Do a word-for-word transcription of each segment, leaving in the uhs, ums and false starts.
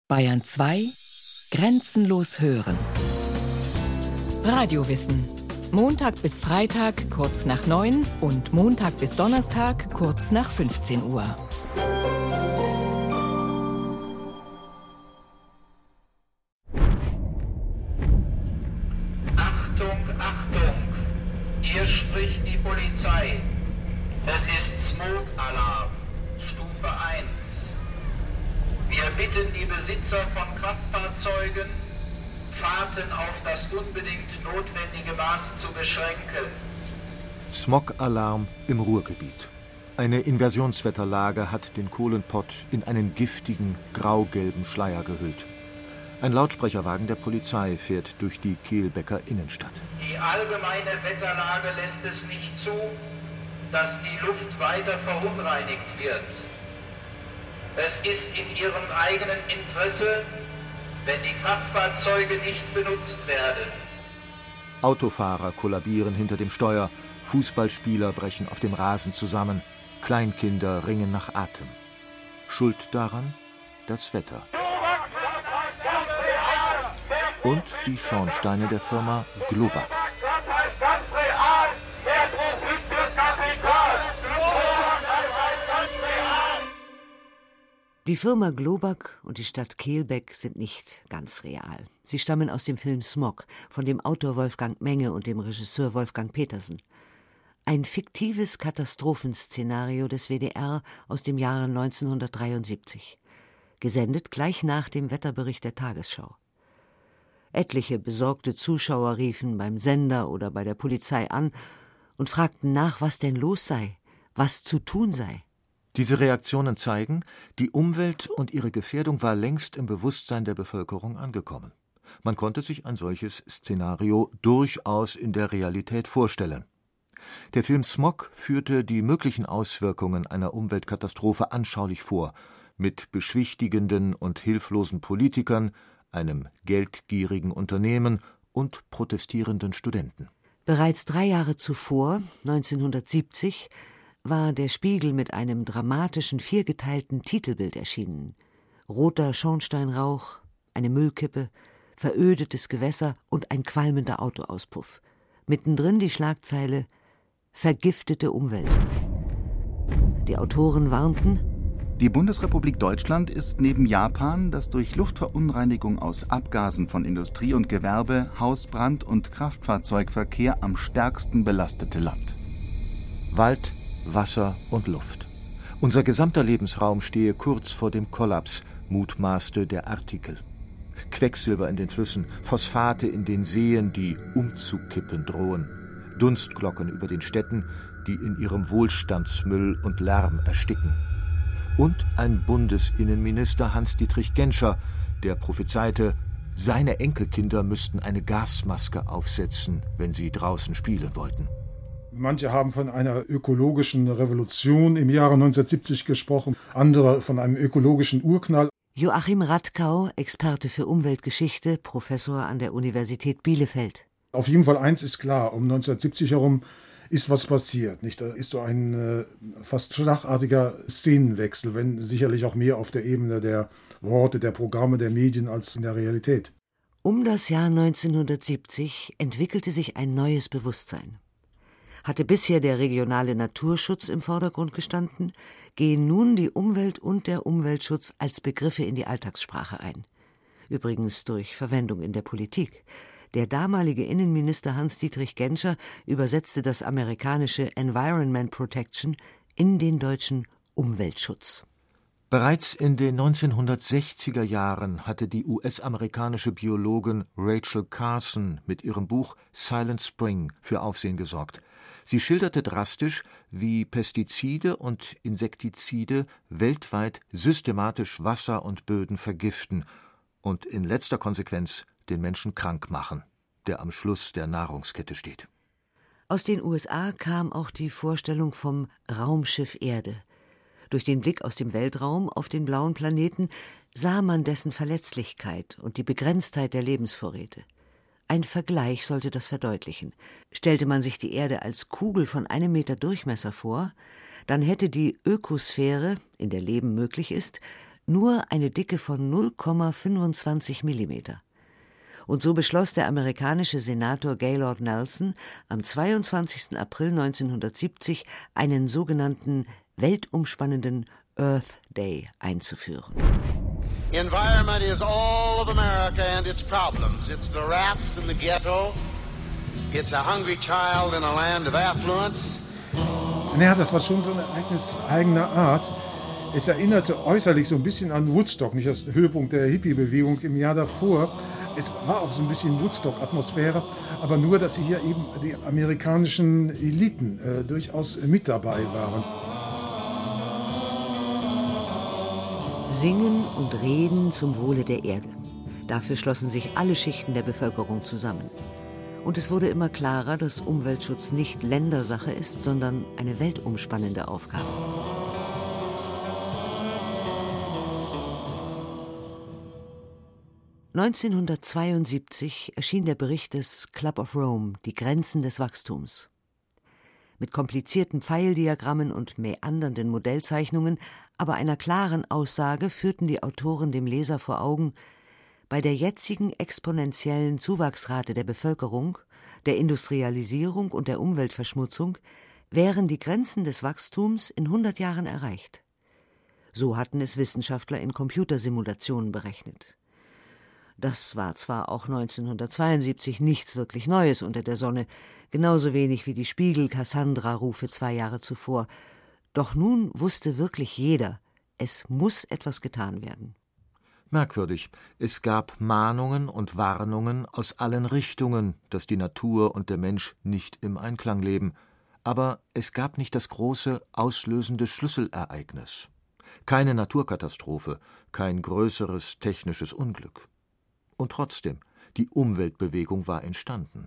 Bayern zwei Grenzenlos hören. Radiowissen. Montag bis Freitag kurz nach neun und Montag bis Donnerstag kurz nach fünfzehn Uhr. Achtung, Achtung! Hier spricht die Polizei. Es ist Smoke-Alarm, Stufe eins. Wir bitten die Besitzer von Kraftfahrzeugen, Fahrten auf das unbedingt notwendige Maß zu beschränken. Smog-Alarm im Ruhrgebiet. Eine Inversionswetterlage hat den Kohlenpott in einen giftigen, grau-gelben Schleier gehüllt. Ein Lautsprecherwagen der Polizei fährt durch die Kehlbecker Innenstadt. Die allgemeine Wetterlage lässt es nicht zu, dass die Luft weiter verunreinigt wird. Es ist in ihrem eigenen Interesse, wenn die Kraftfahrzeuge nicht benutzt werden. Autofahrer kollabieren hinter dem Steuer, Fußballspieler brechen auf dem Rasen zusammen, Kleinkinder ringen nach Atem. Schuld daran das Wetter. Und die Schornsteine der Firma Globag. Die Firma Globag und die Stadt Kehlbeck sind nicht ganz real. Sie stammen aus dem Film Smog von dem Autor Wolfgang Menge und dem Regisseur Wolfgang Petersen. Ein fiktives Katastrophenszenario des W D R aus dem Jahre neunzehnhundertdreiundsiebzig. Gesendet gleich nach dem Wetterbericht der Tagesschau. Etliche besorgte Zuschauer riefen beim Sender oder bei der Polizei an und fragten nach, was denn los sei, was zu tun sei. Diese Reaktionen zeigen, die Umwelt und ihre Gefährdung war längst im Bewusstsein der Bevölkerung angekommen. Man konnte sich ein solches Szenario durchaus in der Realität vorstellen. Der Film Smog führte die möglichen Auswirkungen einer Umweltkatastrophe anschaulich vor, mit beschwichtigenden und hilflosen Politikern, einem geldgierigen Unternehmen und protestierenden Studenten. Bereits drei Jahre zuvor, neunzehnhundertsiebzig, war der Spiegel mit einem dramatischen viergeteilten Titelbild erschienen. Roter Schornsteinrauch, eine Müllkippe, verödetes Gewässer und ein qualmender Autoauspuff. Mittendrin die Schlagzeile »Vergiftete Umwelt«. Die Autoren warnten: Die Bundesrepublik Deutschland ist neben Japan das durch Luftverunreinigung aus Abgasen von Industrie und Gewerbe, Hausbrand- und Kraftfahrzeugverkehr am stärksten belastete Land. Wald, Wasser und Luft. Unser gesamter Lebensraum stehe kurz vor dem Kollaps, mutmaßte der Artikel. Quecksilber in den Flüssen, Phosphate in den Seen, die umzukippen drohen. Dunstglocken über den Städten, die in ihrem Wohlstandsmüll und Lärm ersticken. Und ein Bundesinnenminister Hans-Dietrich Genscher, der prophezeite, seine Enkelkinder müssten eine Gasmaske aufsetzen, wenn sie draußen spielen wollten. Manche haben von einer ökologischen Revolution im Jahre neunzehnhundertsiebzig gesprochen, andere von einem ökologischen Urknall. Joachim Radkau, Experte für Umweltgeschichte, Professor an der Universität Bielefeld. Auf jeden Fall eins ist klar, um neunzehnhundertsiebzig herum ist was passiert. Nicht? Da ist so ein äh, fast schlagartiger Szenenwechsel, wenn sicherlich auch mehr auf der Ebene der Worte, der Programme, der Medien als in der Realität. Um das Jahr neunzehnhundertsiebzig entwickelte sich ein neues Bewusstsein. Hatte bisher der regionale Naturschutz im Vordergrund gestanden, gehen nun die Umwelt und der Umweltschutz als Begriffe in die Alltagssprache ein. Übrigens durch Verwendung in der Politik. Der damalige Innenminister Hans-Dietrich Genscher übersetzte das amerikanische Environment Protection in den deutschen Umweltschutz. Bereits in den neunzehnhundertsechziger Jahren hatte die U S-amerikanische Biologin Rachel Carson mit ihrem Buch Silent Spring für Aufsehen gesorgt. Sie schilderte drastisch, wie Pestizide und Insektizide weltweit systematisch Wasser und Böden vergiften und in letzter Konsequenz den Menschen krank machen, der am Schluss der Nahrungskette steht. Aus den U S A kam auch die Vorstellung vom Raumschiff Erde. Durch den Blick aus dem Weltraum auf den blauen Planeten sah man dessen Verletzlichkeit und die Begrenztheit der Lebensvorräte. Ein Vergleich sollte das verdeutlichen. Stellte man sich die Erde als Kugel von einem Meter Durchmesser vor, dann hätte die Ökosphäre, in der Leben möglich ist, Nur eine Dicke von null Komma fünfundzwanzig Millimeter. Und so beschloss der amerikanische Senator Gaylord Nelson am zweiundzwanzigsten April neunzehnhundertsiebzig einen sogenannten weltumspannenden Earth Day einzuführen. Environment is all of America and its problems. It's the rats in the ghetto. It's a hungry child in a land of affluence. Naja, das war schon so ein Ereignis eigener Art. Es erinnerte äußerlich so ein bisschen an Woodstock, nicht das Höhepunkt der Hippie-Bewegung im Jahr davor. Es war auch so ein bisschen Woodstock-Atmosphäre, aber nur, dass hier eben die amerikanischen Eliten äh, durchaus mit dabei waren. Singen und reden zum Wohle der Erde. Dafür schlossen sich alle Schichten der Bevölkerung zusammen. Und es wurde immer klarer, dass Umweltschutz nicht Ländersache ist, sondern eine weltumspannende Aufgabe. neunzehnhundertzweiundsiebzig erschien der Bericht des Club of Rome, die Grenzen des Wachstums. Mit komplizierten Pfeildiagrammen und mäandernden Modellzeichnungen, aber einer klaren Aussage führten die Autoren dem Leser vor Augen: Bei der jetzigen exponentiellen Zuwachsrate der Bevölkerung, der Industrialisierung und der Umweltverschmutzung wären die Grenzen des Wachstums in hundert Jahren erreicht. So hatten es Wissenschaftler in Computersimulationen berechnet. Das war zwar auch neunzehnhundertzweiundsiebzig nichts wirklich Neues unter der Sonne, genauso wenig wie die Spiegel-Cassandra-Rufe zwei Jahre zuvor. Doch nun wusste wirklich jeder, es muss etwas getan werden. Merkwürdig, es gab Mahnungen und Warnungen aus allen Richtungen, dass die Natur und der Mensch nicht im Einklang leben. Aber es gab nicht das große, auslösende Schlüsselereignis. Keine Naturkatastrophe, kein größeres technisches Unglück. Und trotzdem, die Umweltbewegung war entstanden.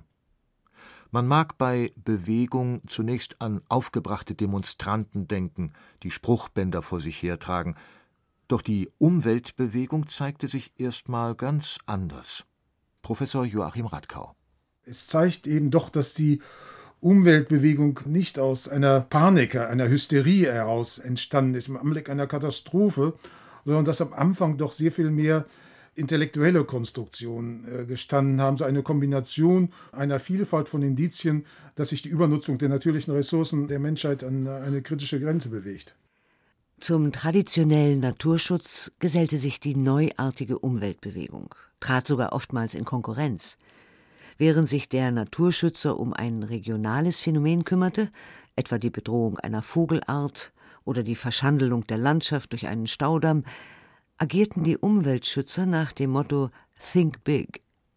Man mag bei Bewegung zunächst an aufgebrachte Demonstranten denken, die Spruchbänder vor sich hertragen. Doch die Umweltbewegung zeigte sich erstmal ganz anders. Professor Joachim Radkau. Es zeigt eben doch, dass die Umweltbewegung nicht aus einer Panik, einer Hysterie heraus entstanden ist, im Anblick einer Katastrophe, sondern dass am Anfang doch sehr viel mehr intellektuelle Konstruktionen äh, gestanden haben, so eine Kombination einer Vielfalt von Indizien, dass sich die Übernutzung der natürlichen Ressourcen der Menschheit an eine kritische Grenze bewegt. Zum traditionellen Naturschutz gesellte sich die neuartige Umweltbewegung, trat sogar oftmals in Konkurrenz. Während sich der Naturschützer um ein regionales Phänomen kümmerte, etwa die Bedrohung einer Vogelart oder die Verschandelung der Landschaft durch einen Staudamm, agierten die Umweltschützer nach dem Motto Think Big.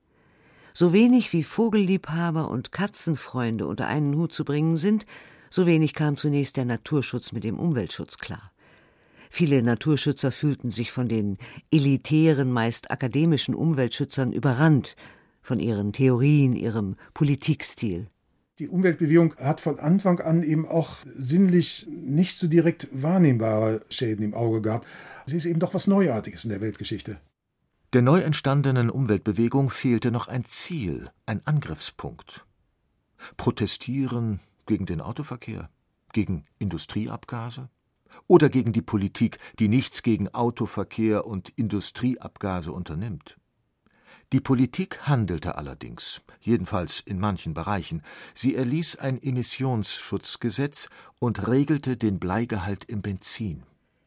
So wenig wie Vogelliebhaber und Katzenfreunde unter einen Hut zu bringen sind, so wenig kam zunächst der Naturschutz mit dem Umweltschutz klar. Viele Naturschützer fühlten sich von den elitären, meist akademischen Umweltschützern überrannt, von ihren Theorien, ihrem Politikstil. Die Umweltbewegung hat von Anfang an eben auch sinnlich nicht so direkt wahrnehmbare Schäden im Auge gehabt. Sie ist eben doch was Neuartiges in der Weltgeschichte. Der neu entstandenen Umweltbewegung fehlte noch ein Ziel, ein Angriffspunkt. Protestieren gegen den Autoverkehr, gegen Industrieabgase oder gegen die Politik, die nichts gegen Autoverkehr und Industrieabgase unternimmt. Die Politik handelte allerdings, jedenfalls in manchen Bereichen. Sie erließ ein Emissionsschutzgesetz und regelte den Bleigehalt im Benzin.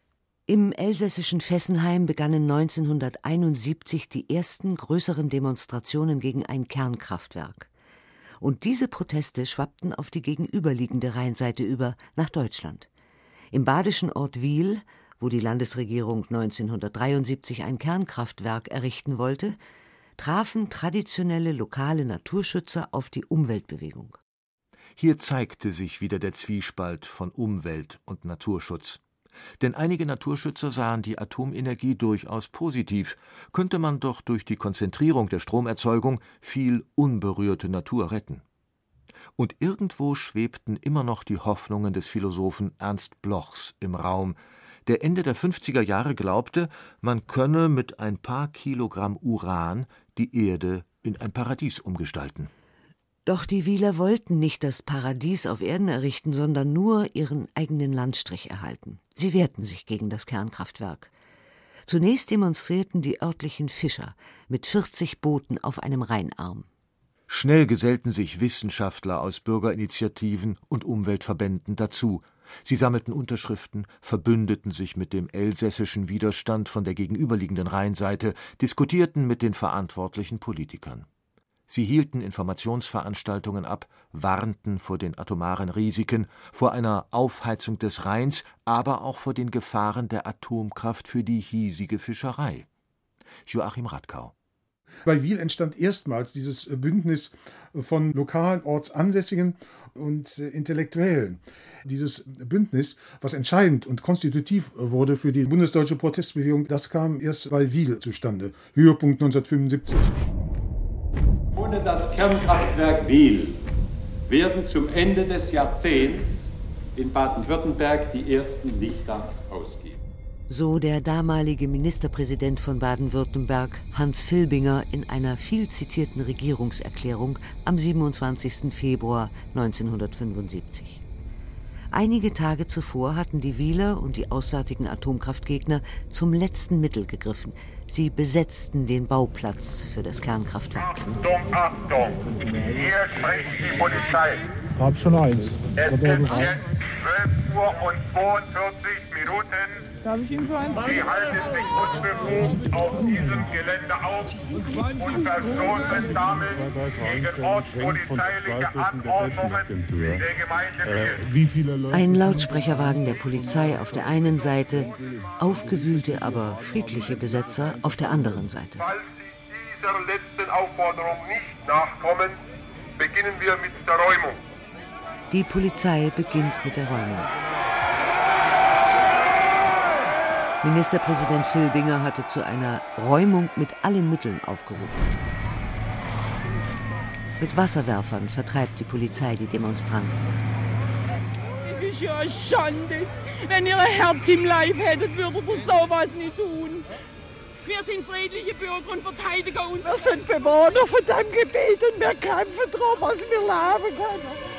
Im elsässischen Fessenheim begannen neunzehnhunderteinundsiebzig die ersten größeren Demonstrationen gegen ein Kernkraftwerk. Und diese Proteste schwappten auf die gegenüberliegende Rheinseite über, nach Deutschland. Im badischen Ort Wiel, wo die Landesregierung neunzehnhundertdreiundsiebzig ein Kernkraftwerk errichten wollte, trafen traditionelle lokale Naturschützer auf die Umweltbewegung. Hier zeigte sich wieder der Zwiespalt von Umwelt- und Naturschutz. Denn einige Naturschützer sahen die Atomenergie durchaus positiv, könnte man doch durch die Konzentrierung der Stromerzeugung viel unberührte Natur retten. Und irgendwo schwebten immer noch die Hoffnungen des Philosophen Ernst Blochs im Raum, der Ende der fünfziger Jahre glaubte, man könne mit ein paar Kilogramm Uran die Erde in ein Paradies umgestalten. Doch die Wieler wollten nicht das Paradies auf Erden errichten, sondern nur ihren eigenen Landstrich erhalten. Sie wehrten sich gegen das Kernkraftwerk. Zunächst demonstrierten die örtlichen Fischer mit vierzig Booten auf einem Rheinarm. Schnell gesellten sich Wissenschaftler aus Bürgerinitiativen und Umweltverbänden dazu. Sie sammelten Unterschriften, verbündeten sich mit dem elsässischen Widerstand von der gegenüberliegenden Rheinseite, diskutierten mit den verantwortlichen Politikern. Sie hielten Informationsveranstaltungen ab, warnten vor den atomaren Risiken, vor einer Aufheizung des Rheins, aber auch vor den Gefahren der Atomkraft für die hiesige Fischerei. Joachim Radkau. Bei Wil entstand erstmals dieses Bündnis von lokalen, ortsansässigen und Intellektuellen. Dieses Bündnis, was entscheidend und konstitutiv wurde für die bundesdeutsche Protestbewegung, das kam erst bei Wil zustande. Höhepunkt neunzehnhundertfünfundsiebzig. Ohne das Kernkraftwerk Wil werden zum Ende des Jahrzehnts in Baden-Württemberg die ersten Lichter ausgehen. So der damalige Ministerpräsident von Baden-Württemberg, Hans Filbinger, in einer viel zitierten Regierungserklärung am siebenundzwanzigsten Februar neunzehnhundertfünfundsiebzig. Einige Tage zuvor hatten die Wiler und die auswärtigen Atomkraftgegner zum letzten Mittel gegriffen. Sie besetzten den Bauplatz für das Kernkraftwerk. Achtung, Achtung! Hier spricht die Polizei. Hab schon eins. Es ist jetzt zwölf Uhr und zweiundvierzig Minuten. Darf ich Ihnen so eins? Sie halten sich unbefugt auf diesem Gelände auf und verstoßen damit gegen ortspolizeiliche Anordnungen der Gemeinde. Ein Lautsprecherwagen der Polizei auf der einen Seite, aufgewühlte, aber friedliche Besetzer auf der anderen Seite. Falls Sie dieser letzten Aufforderung nicht nachkommen, beginnen wir mit der Räumung. Die Polizei beginnt mit der Räumung. Ministerpräsident Filbinger hatte zu einer Räumung mit allen Mitteln aufgerufen. Mit Wasserwerfern vertreibt die Polizei die Demonstranten. Es ist ja eine Schande. Wenn ihr ein Herz im Leib hättet, würdet ihr sowas nicht tun. Wir sind friedliche Bürger und Verteidiger und wir sind Bewohner von diesem Gebiet und wir kämpfen darum, was wir leben können.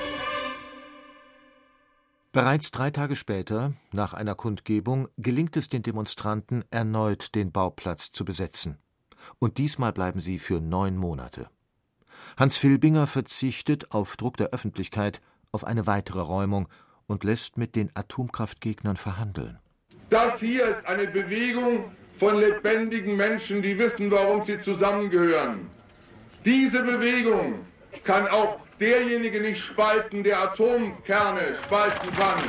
Bereits drei Tage später, nach einer Kundgebung, gelingt es den Demonstranten, erneut den Bauplatz zu besetzen. Und diesmal bleiben sie für neun Monate. Hans Filbinger verzichtet auf Druck der Öffentlichkeit auf eine weitere Räumung und lässt mit den Atomkraftgegnern verhandeln. Das hier ist eine Bewegung von lebendigen Menschen, die wissen, warum sie zusammengehören. Diese Bewegung kann auch derjenige nicht spalten, der Atomkerne spalten kann.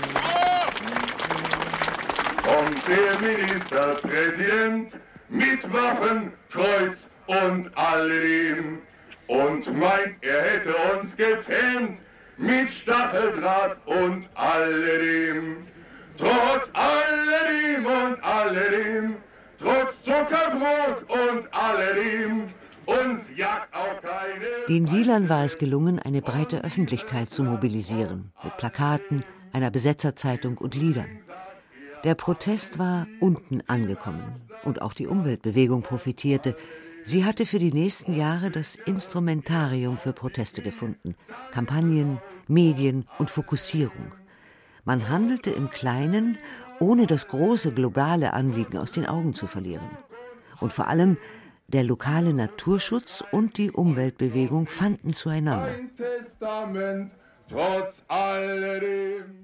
Und der Ministerpräsident mit Waffen, Kreuz und alledem und meint, er hätte uns gezähmt mit Stacheldraht und alledem. Trotz alledem und alledem, trotz Zuckerbrot und alledem, uns jagt auch keine... Den Wilern war es gelungen, eine breite Öffentlichkeit zu mobilisieren, mit Plakaten, einer Besetzerzeitung und Liedern. Der Protest war unten angekommen und auch die Umweltbewegung profitierte. Sie hatte für die nächsten Jahre das Instrumentarium für Proteste gefunden: Kampagnen, Medien und Fokussierung. Man handelte im Kleinen, ohne das große globale Anliegen aus den Augen zu verlieren. Und vor allem der lokale Naturschutz und die Umweltbewegung fanden zueinander. Ein Testament, trotz alledem.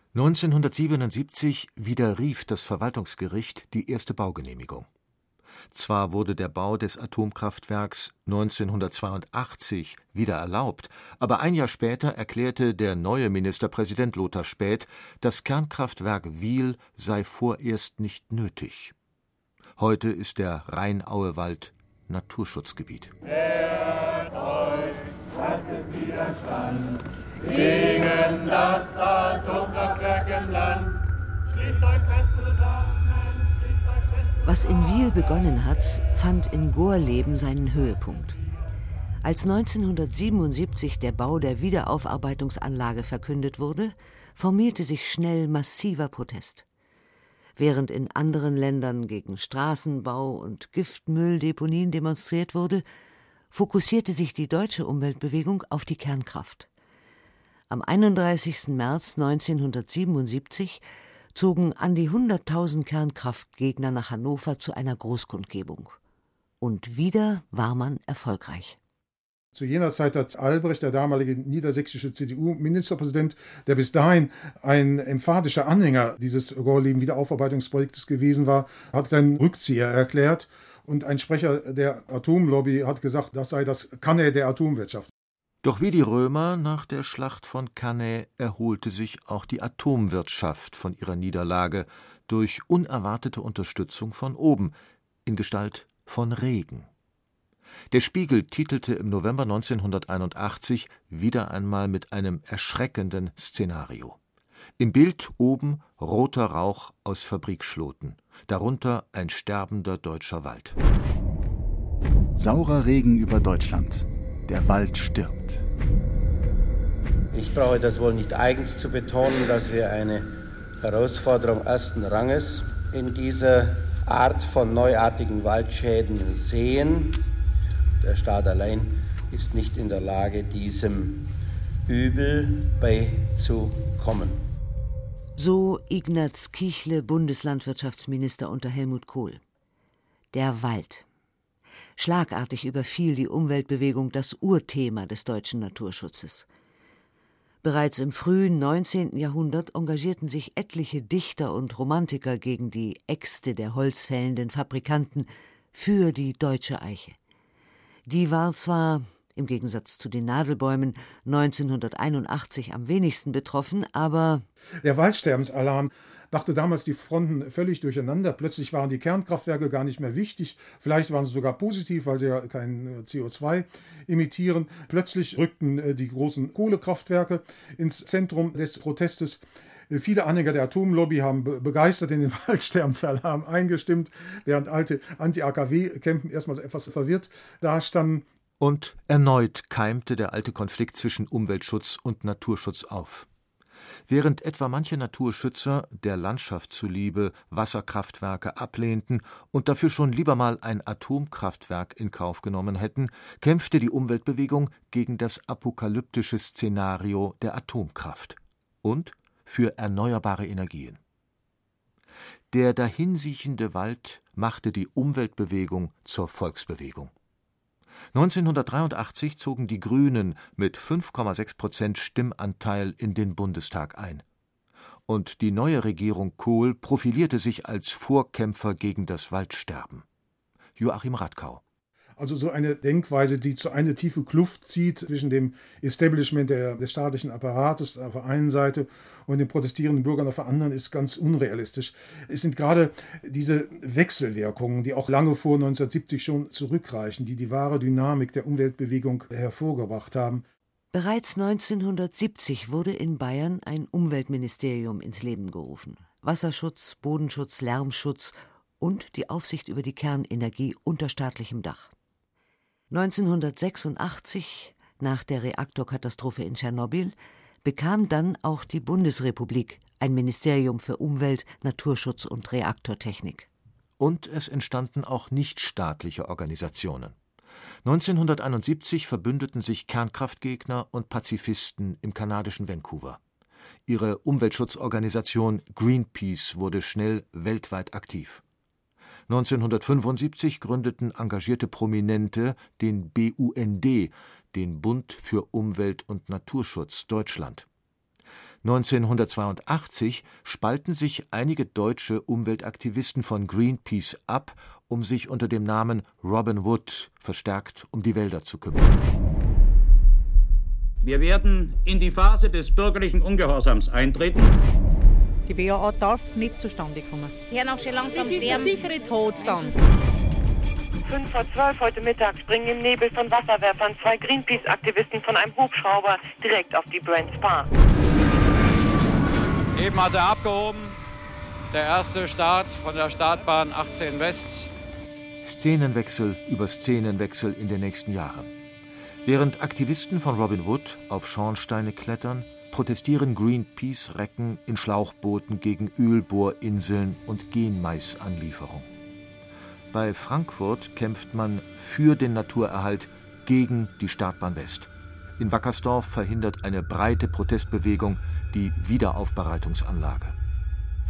neunzehnhundertsiebenundsiebzig widerrief das Verwaltungsgericht die erste Baugenehmigung. Zwar wurde der Bau des Atomkraftwerks neunzehnhundertzweiundachtzig wieder erlaubt, aber ein Jahr später erklärte der neue Ministerpräsident Lothar Späth, das Kernkraftwerk Wil sei vorerst nicht nötig. Heute ist der Rheinauewald Naturschutzgebiet. Wehrt euch, haltet Widerstand gegen das Atomkraftwerk im Land. Schließt euch fest, Soldaten, schließt euch fest. Was in Wil begonnen hat, fand in Gorleben seinen Höhepunkt. Als neunzehnhundertsiebenundsiebzig der Bau der Wiederaufarbeitungsanlage verkündet wurde, formierte sich schnell massiver Protest. Während in anderen Ländern gegen Straßenbau und Giftmülldeponien demonstriert wurde, fokussierte sich die deutsche Umweltbewegung auf die Kernkraft. Am einunddreißigsten März neunzehnhundertsiebenundsiebzig zogen an die hunderttausend Kernkraftgegner nach Hannover zu einer Großkundgebung. Und wieder war man erfolgreich. Zu jener Zeit hat Albrecht, der damalige niedersächsische C D U-Ministerpräsident, der bis dahin ein emphatischer Anhänger dieses Gorleben-Wiederaufarbeitungsprojektes gewesen war, hat seinen Rückzieher erklärt. Und ein Sprecher der Atomlobby hat gesagt, das sei das Cannae der Atomwirtschaft. Doch wie die Römer nach der Schlacht von Cannae erholte sich auch die Atomwirtschaft von ihrer Niederlage durch unerwartete Unterstützung von oben, in Gestalt von Regen. Der Spiegel titelte im November neunzehnhunderteinundachtzig wieder einmal mit einem erschreckenden Szenario. Im Bild oben roter Rauch aus Fabrikschloten, darunter ein sterbender deutscher Wald. Saurer Regen über Deutschland. Der Wald stirbt. Ich brauche das wohl nicht eigens zu betonen, dass wir eine Herausforderung ersten Ranges in dieser Art von neuartigen Waldschäden sehen. Der Staat allein ist nicht in der Lage, diesem Übel beizukommen. So Ignaz Kichle, Bundeslandwirtschaftsminister unter Helmut Kohl. Der Wald. Schlagartig überfiel die Umweltbewegung das Urthema des deutschen Naturschutzes. Bereits im frühen neunzehnten Jahrhundert engagierten sich etliche Dichter und Romantiker gegen die Äxte der holzfällenden Fabrikanten für die deutsche Eiche. Die war zwar, im Gegensatz zu den Nadelbäumen, neunzehnhunderteinundachtzig am wenigsten betroffen, aber der Waldsterbensalarm brachte damals die Fronten völlig durcheinander. Plötzlich waren die Kernkraftwerke gar nicht mehr wichtig. Vielleicht waren sie sogar positiv, weil sie ja kein C O zwei emittieren. Plötzlich rückten die großen Kohlekraftwerke ins Zentrum des Protestes. Viele Anhänger der Atomlobby haben begeistert in den Waldsterbensalarm eingestimmt, während alte Anti-A K W-Campen erstmals etwas verwirrt dastanden. Und erneut keimte der alte Konflikt zwischen Umweltschutz und Naturschutz auf. Während etwa manche Naturschützer der Landschaft zuliebe Wasserkraftwerke ablehnten und dafür schon lieber mal ein Atomkraftwerk in Kauf genommen hätten, kämpfte die Umweltbewegung gegen das apokalyptische Szenario der Atomkraft und für erneuerbare Energien. Der dahinsiechende Wald machte die Umweltbewegung zur Volksbewegung. neunzehnhundertdreiundachtzig zogen die Grünen mit fünf Komma sechs Prozent Stimmanteil in den Bundestag ein. Und die neue Regierung Kohl profilierte sich als Vorkämpfer gegen das Waldsterben. Joachim Radkau. Also so eine Denkweise, die zu einer tiefe Kluft zieht zwischen dem Establishment der, des staatlichen Apparates auf der einen Seite und den protestierenden Bürgern auf der anderen, ist ganz unrealistisch. Es sind gerade diese Wechselwirkungen, die auch lange vor neunzehnhundertsiebzig schon zurückreichen, die die wahre Dynamik der Umweltbewegung hervorgebracht haben. Bereits neunzehnhundertsiebzig wurde in Bayern ein Umweltministerium ins Leben gerufen. Wasserschutz, Bodenschutz, Lärmschutz und die Aufsicht über die Kernenergie unter staatlichem Dach. neunzehnhundertsechsundachtzig, nach der Reaktorkatastrophe in Tschernobyl, bekam dann auch die Bundesrepublik ein Ministerium für Umwelt, Naturschutz und Reaktortechnik. Und es entstanden auch nichtstaatliche Organisationen. neunzehnhunderteinundsiebzig verbündeten sich Kernkraftgegner und Pazifisten im kanadischen Vancouver. Ihre Umweltschutzorganisation Greenpeace wurde schnell weltweit aktiv. neunzehnhundertfünfundsiebzig gründeten engagierte Prominente den B U N D, den Bund für Umwelt- und Naturschutz Deutschland. neunzehnhundertzweiundachtzig spalten sich einige deutsche Umweltaktivisten von Greenpeace ab, um sich unter dem Namen Robin Wood verstärkt um die Wälder zu kümmern. Wir werden in die Phase des bürgerlichen Ungehorsams eintreten. Die W A A darf nicht zustande kommen. Ja, noch schon langsam das ist der sichere Tod dann. fünf vor zwölf heute Mittag springen im Nebel von Wasserwerfern zwei Greenpeace-Aktivisten von einem Hubschrauber direkt auf die Brent Spar. Eben hat er abgehoben, der erste Start von der Startbahn achtzehn West. Szenenwechsel über Szenenwechsel in den nächsten Jahren. Während Aktivisten von Robin Wood auf Schornsteine klettern, protestieren Greenpeace-Recken in Schlauchbooten gegen Ölbohrinseln und Genmaisanlieferung. Bei Frankfurt kämpft man für den Naturerhalt gegen die Startbahn West. In Wackersdorf verhindert eine breite Protestbewegung die Wiederaufbereitungsanlage.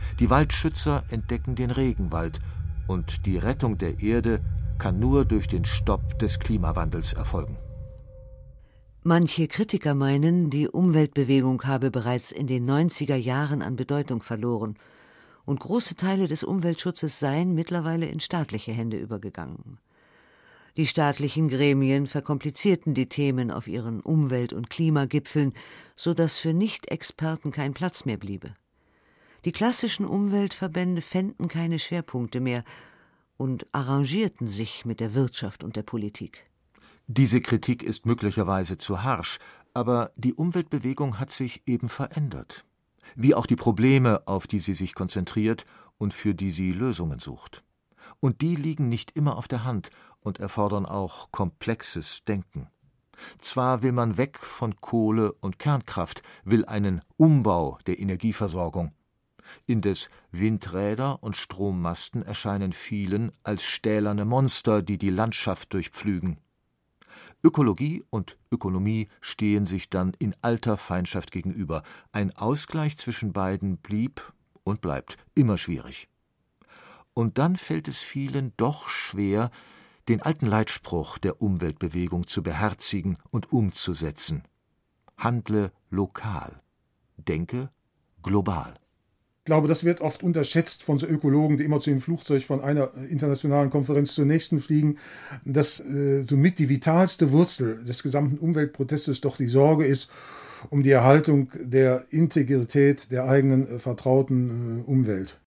Die Waldschützer entdecken den Regenwald und die Rettung der Erde kann nur durch den Stopp des Klimawandels erfolgen. Manche Kritiker meinen, die Umweltbewegung habe bereits in den neunziger Jahren an Bedeutung verloren und große Teile des Umweltschutzes seien mittlerweile in staatliche Hände übergegangen. Die staatlichen Gremien verkomplizierten die Themen auf ihren Umwelt- und Klimagipfeln, sodass für Nicht-Experten kein Platz mehr bliebe. Die klassischen Umweltverbände fänden keine Schwerpunkte mehr und arrangierten sich mit der Wirtschaft und der Politik. Diese Kritik ist möglicherweise zu harsch, aber die Umweltbewegung hat sich eben verändert. Wie auch die Probleme, auf die sie sich konzentriert und für die sie Lösungen sucht. Und die liegen nicht immer auf der Hand und erfordern auch komplexes Denken. Zwar will man weg von Kohle und Kernkraft, will einen Umbau der Energieversorgung. Indes Windräder und Strommasten erscheinen vielen als stählerne Monster, die die Landschaft durchpflügen. Ökologie und Ökonomie stehen sich dann in alter Feindschaft gegenüber. Ein Ausgleich zwischen beiden blieb und bleibt immer schwierig. Und dann fällt es vielen doch schwer, den alten Leitspruch der Umweltbewegung zu beherzigen und umzusetzen. Handle lokal, denke global. Ich glaube, das wird oft unterschätzt von so Ökologen, die immer zu dem Flugzeug von einer internationalen Konferenz zur nächsten fliegen, dass äh, somit die vitalste Wurzel des gesamten Umweltprotestes doch die Sorge ist um die Erhaltung der Integrität der eigenen äh, vertrauten äh, Umwelt.